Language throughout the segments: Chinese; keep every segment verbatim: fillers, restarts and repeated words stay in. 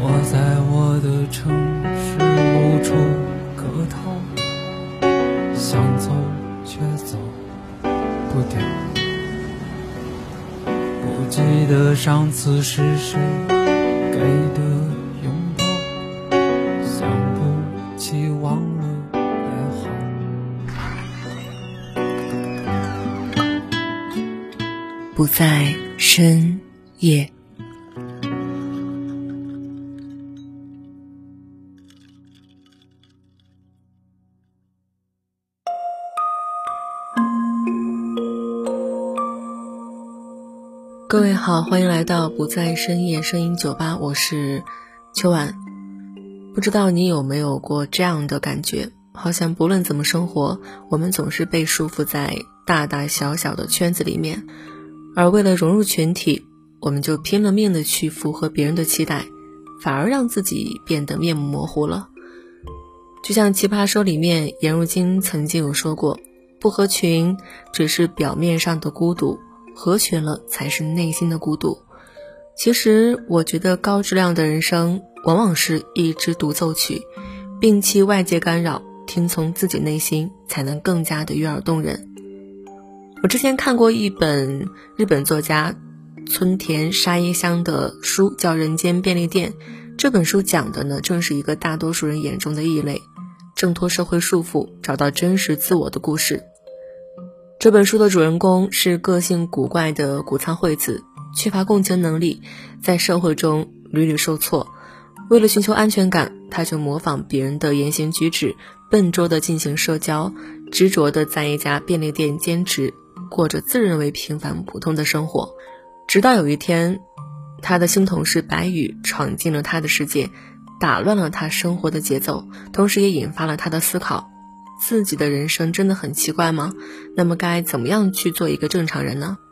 我在我的城市无处可逃，想走却走不掉。不记得上次是谁给的拥抱，想不起忘了也好。 不在深夜。各位好，欢迎来到不在深夜声音酒吧，我是秋晚。不知道你有没有过这样的感觉，好像不论怎么生活，我们总是被束缚在大大小小的圈子里面，而为了融入群体，我们就拼了命的去符合别人的期待，反而让自己变得面目模糊了。就像奇葩说里面颜如晶曾经有说过，不合群只是表面上的孤独，合群了才是内心的孤独。其实我觉得高质量的人生往往是一支独奏曲，摒弃外界干扰，听从自己内心，才能更加的悦耳动人。我之前看过一本日本作家村田沙耶香的书，叫《人间便利店》。这本书讲的呢，正是一个大多数人眼中的异类，挣脱社会束缚，找到真实自我的故事。这本书的主人公是个性古怪的谷仓惠子，缺乏共情能力，在社会中屡屡受挫。为了寻求安全感，他就模仿别人的言行举止，笨拙地进行社交，执着地在一家便利店兼职，过着自认为平凡普通的生活。直到有一天，他的新同事白羽闯进了他的世界，打乱了他生活的节奏，同时也引发了他的思考。自己的人生真的很奇怪吗？那么该怎么样去做一个正常人呢？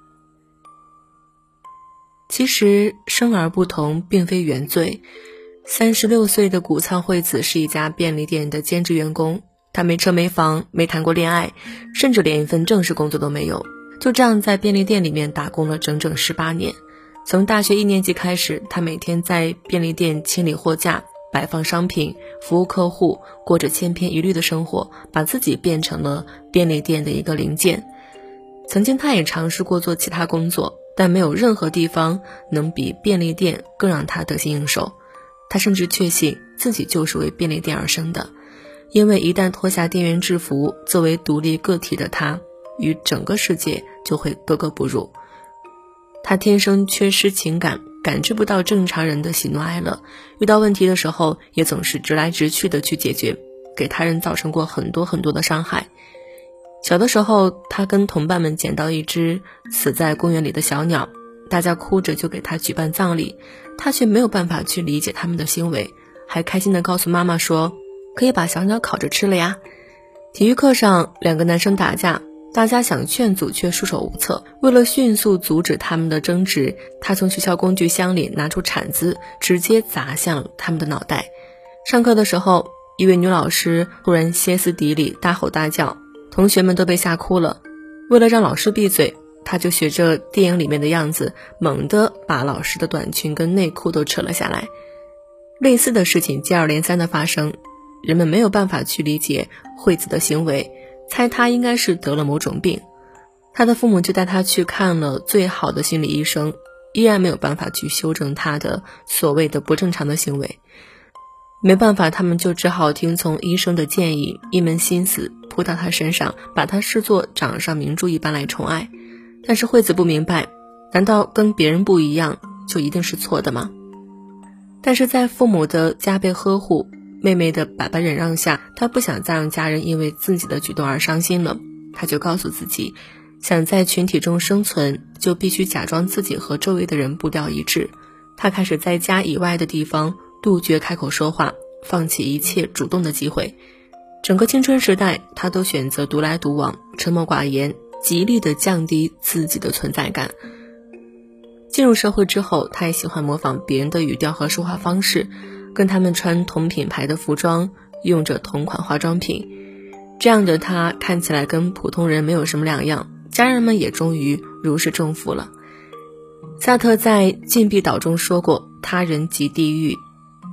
其实生而不同并非原罪。三十六岁的谷仓惠子是一家便利店的兼职员工，她没车没房，没谈过恋爱，甚至连一份正式工作都没有，就这样在便利店里面打工了整整十八年。从大学一年级开始，她每天在便利店清理货架，摆放商品，服务客户，过着千篇一律的生活，把自己变成了便利店的一个零件。曾经他也尝试过做其他工作，但没有任何地方能比便利店更让他得心应手。他甚至确信自己就是为便利店而生的，因为一旦脱下店员制服，作为独立个体的他与整个世界就会格格不入。他天生缺失情感，感知不到正常人的喜怒哀乐，遇到问题的时候也总是直来直去的去解决，给他人造成过很多很多的伤害。小的时候，他跟同伴们捡到一只死在公园里的小鸟，大家哭着就给他举办葬礼，他却没有办法去理解他们的行为，还开心地告诉妈妈说可以把小鸟烤着吃了呀。体育课上，两个男生打架，大家想劝阻却束手无策。为了迅速阻止他们的争执，他从学校工具箱里拿出铲子，直接砸向他们的脑袋。上课的时候，一位女老师突然歇斯底里，大吼大叫，同学们都被吓哭了。为了让老师闭嘴，他就学着电影里面的样子，猛地把老师的短裙跟内裤都扯了下来。类似的事情接二连三的发生，人们没有办法去理解惠子的行为，猜他应该是得了某种病。他的父母就带他去看了最好的心理医生，依然没有办法去修正他的所谓的不正常的行为。没办法，他们就只好听从医生的建议，一门心思扑到他身上，把他视作掌上明珠一般来宠爱。但是惠子不明白，难道跟别人不一样就一定是错的吗？但是在父母的加倍呵护，妹妹的百般忍让下，她不想再让家人因为自己的举动而伤心了。她就告诉自己，想在群体中生存，就必须假装自己和周围的人步调一致。她开始在家以外的地方杜绝开口说话，放弃一切主动的机会。整个青春时代，她都选择独来独往，沉默寡言，极力地降低自己的存在感。进入社会之后，她也喜欢模仿别人的语调和说话方式，跟他们穿同品牌的服装，用着同款化妆品。这样的她看起来跟普通人没有什么两样，家人们也终于如释重负了。萨特在《禁闭岛》中说过，他人即地狱，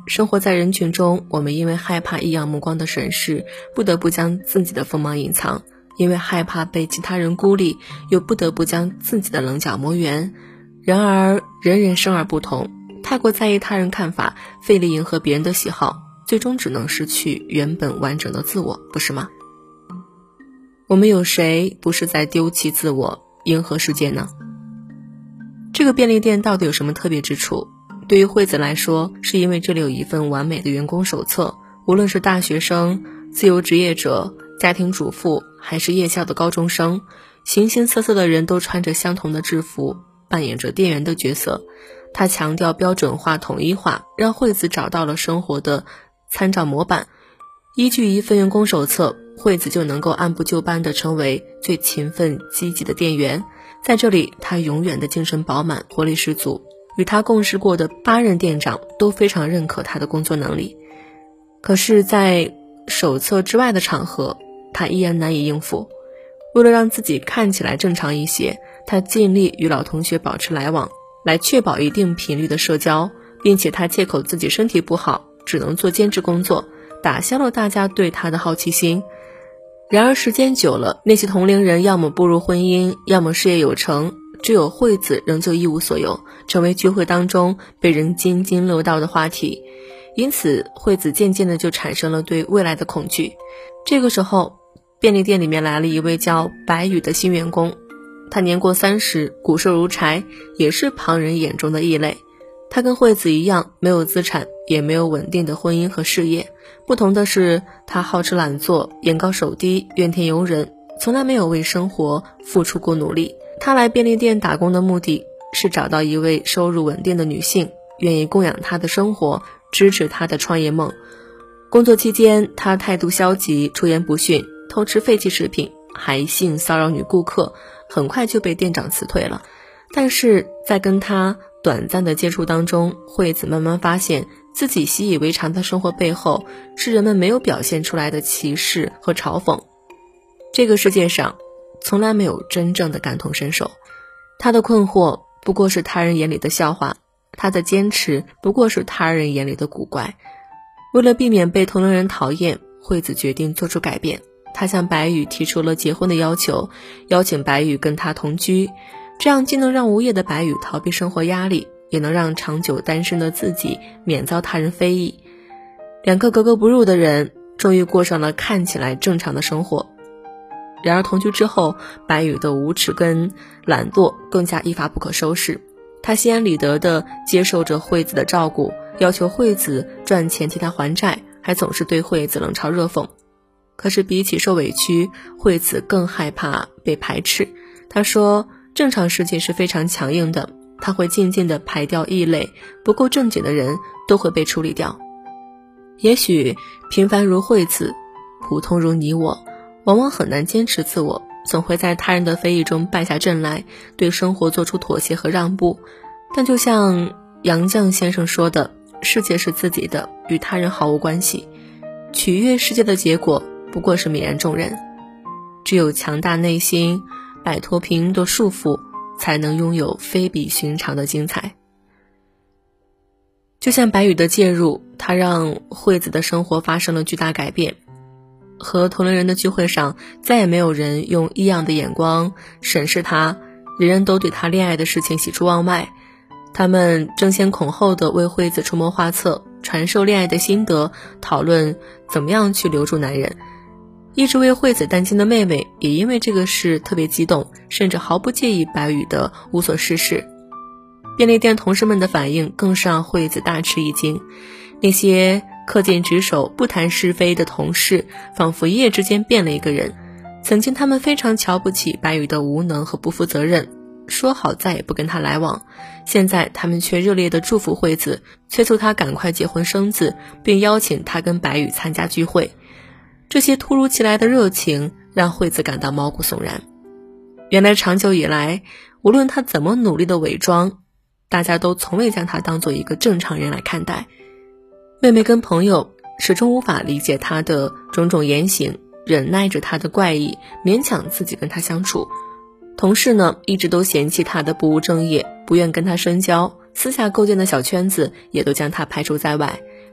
生活在人群中，我们因为害怕异样目光的审视，不得不将自己的锋芒隐藏，因为害怕被其他人孤立，又不得不将自己的棱角磨圆。然而人人生而不同，太过在意他人看法，费力迎合别人的喜好，最终只能失去原本完整的自我，不是吗？我们有谁不是在丢弃自我，迎合世界呢？这个便利店到底有什么特别之处？对于惠子来说，是因为这里有一份完美的员工手册，无论是大学生、自由职业者、家庭主妇，还是夜校的高中生，形形色色的人都穿着相同的制服，扮演着店员的角色。他强调标准化、统一化，让惠子找到了生活的参照模板。依据一份员工手册，惠子就能够按部就班地成为最勤奋积极的店员。在这里，他永远的精神饱满，活力十足。与他共事过的八任店长都非常认可他的工作能力。可是在手册之外的场合，他依然难以应付。为了让自己看起来正常一些，他尽力与老同学保持来往，来确保一定频率的社交，并且他借口自己身体不好，只能做兼职工作，打消了大家对他的好奇心。然而时间久了，那些同龄人要么步入婚姻，要么事业有成，只有惠子仍旧一无所有，成为聚会当中被人津津乐道的话题。因此惠子渐渐的就产生了对未来的恐惧。这个时候，便利店里面来了一位叫白宇的新员工，他年过三十，骨瘦如柴，也是旁人眼中的异类。他跟惠子一样，没有资产，也没有稳定的婚姻和事业。不同的是，他好吃懒做，眼高手低，怨天尤人，从来没有为生活付出过努力。他来便利店打工的目的是找到一位收入稳定的女性，愿意供养他的生活，支持他的创业梦。工作期间，他态度消极，出言不逊，偷吃废弃食品，还性骚扰女顾客，很快就被店长辞退了。但是在跟他短暂的接触当中，惠子慢慢发现自己习以为常的生活背后是人们没有表现出来的歧视和嘲讽。这个世界上从来没有真正的感同身受，他的困惑不过是他人眼里的笑话，他的坚持不过是他人眼里的古怪。为了避免被同龄人讨厌，惠子决定做出改变。他向白宇提出了结婚的要求，邀请白宇跟他同居，这样既能让无业的白宇逃避生活压力，也能让长久单身的自己免遭他人非议。两个格格不入的人终于过上了看起来正常的生活。然而同居之后，白宇的无耻跟懒惰更加一发不可收拾。他心安理得地接受着惠子的照顾，要求惠子赚钱替他还债，还总是对惠子冷嘲热讽。可是比起受委屈，惠子更害怕被排斥。他说，正常世界是非常强硬的，他会静静地排掉异类，不够正经的人都会被处理掉。也许平凡如惠子，普通如你我，往往很难坚持自我，总会在他人的非议中败下阵来，对生活做出妥协和让步。但就像杨绛先生说的，世界是自己的，与他人毫无关系。取悦世界的结果不过是泯然众人。只有强大内心，摆脱平庸的束缚，才能拥有非比寻常的精彩。就像白宇的介入，他让惠子的生活发生了巨大改变。和同龄人的聚会上，再也没有人用异样的眼光审视他，人人都对他恋爱的事情喜出望外。他们争先恐后地为惠子出谋划策，传授恋爱的心得，讨论怎么样去留住男人。一直为惠子担心的妹妹也因为这个事特别激动，甚至毫不介意白宇的无所事事。便利店同事们的反应更是让惠子大吃一惊。那些恪尽职守、不谈是非的同事，仿佛一夜之间变了一个人。曾经他们非常瞧不起白宇的无能和不负责任，说好再也不跟他来往。现在他们却热烈地祝福惠子，催促他赶快结婚生子，并邀请他跟白宇参加聚会。这些突如其来的热情让惠子感到毛骨悚然。原来长久以来，无论他怎么努力的伪装，大家都从未将他当作一个正常人来看待。妹妹跟朋友始终无法理解他的种种言行，忍耐着他的怪异，勉强自己跟他相处。同事呢，一直都嫌弃他的不务正业，不愿跟他深交，私下构建的小圈子也都将他排除在外。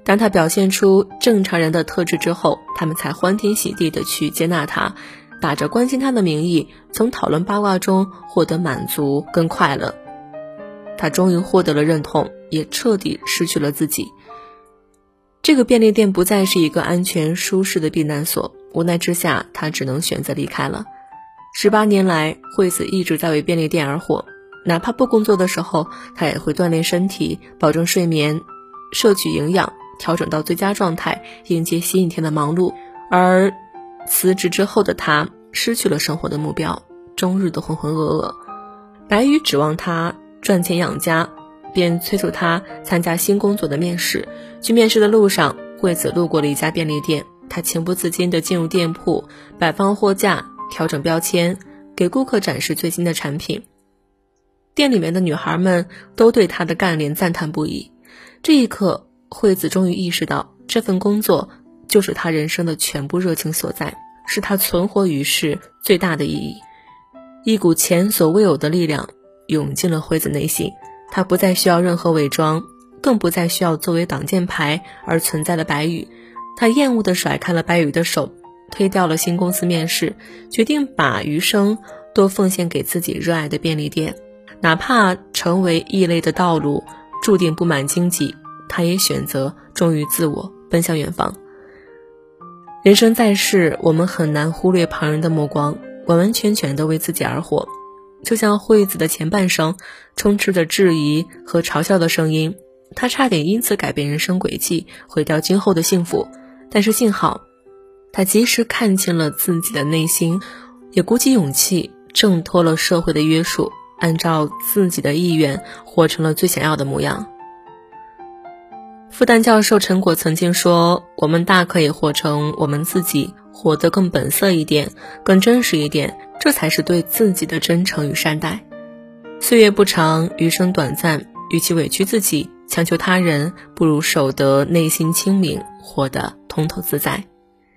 当他表现出正常人的特质之后，他们才欢天喜地地去接纳他，打着关心他的名义，从讨论八卦中获得满足跟快乐。他终于获得了认同，也彻底失去了自己。这个便利店不再是一个安全舒适的避难所，无奈之下，他只能选择离开了。十八年来，惠子一直在为便利店而活，哪怕不工作的时候，他也会锻炼身体，保证睡眠，摄取营养，调整到最佳状态，迎接新一天的忙碌。而辞职之后的他失去了生活的目标，终日都浑浑噩噩。白宇指望他赚钱养家，便催促他参加新工作的面试。去面试的路上，惠子路过了一家便利店，他情不自禁地进入店铺，摆放货架，调整标签，给顾客展示最新的产品。店里面的女孩们都对他的干练赞叹不已。这一刻，惠子终于意识到，这份工作就是他人生的全部热情所在，是他存活于世最大的意义。一股前所未有的力量涌进了惠子内心，他不再需要任何伪装，更不再需要作为挡箭牌而存在的白宇。他厌恶地甩开了白宇的手，推掉了新公司面试，决定把余生都奉献给自己热爱的便利店。哪怕成为异类的道路注定布满荆棘，他也选择忠于自我，奔向远方。人生在世，我们很难忽略旁人的目光，完完全全地为自己而活。就像惠子的前半生充斥着质疑和嘲笑的声音，他差点因此改变人生轨迹，毁掉今后的幸福。但是幸好他及时看清了自己的内心，也鼓起勇气挣脱了社会的约束，按照自己的意愿活成了最想要的模样。复旦教授陈果曾经说，我们大可以活成我们自己，活得更本色一点，更真实一点，这才是对自己的真诚与善待。岁月不长，余生短暂，与其委屈自己，强求他人，不如守得内心清明，活得通透自在。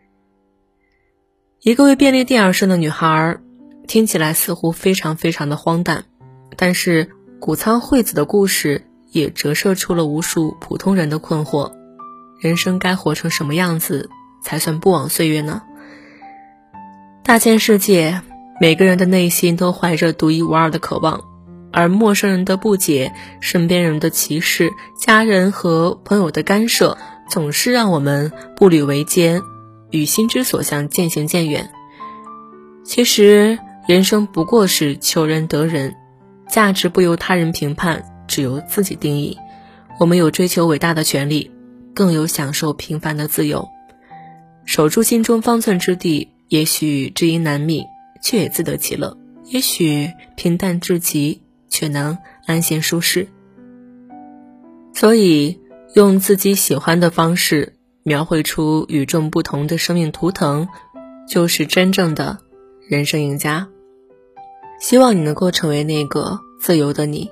一个为便利店而生的女孩，听起来似乎非常非常的荒诞，但是谷仓惠子的故事也折射出了无数普通人的困惑。人生该活成什么样子才算不枉岁月呢？大千世界，每个人的内心都怀着独一无二的渴望，而陌生人的不解，身边人的歧视，家人和朋友的干涉，总是让我们步履维艰，与心之所向渐行渐远。其实人生不过是求人得人，价值不由他人评判，只由自己定义。我们有追求伟大的权利，更有享受平凡的自由。守住心中方寸之地，也许知音难觅，却也自得其乐；也许平淡至极，却能安闲舒适。所以用自己喜欢的方式描绘出与众不同的生命图腾，就是真正的人生赢家。希望你能够成为那个自由的你。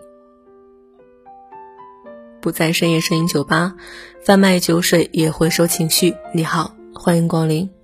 不在深夜声音酒吧，贩卖酒水也回收情绪。你好，欢迎光临。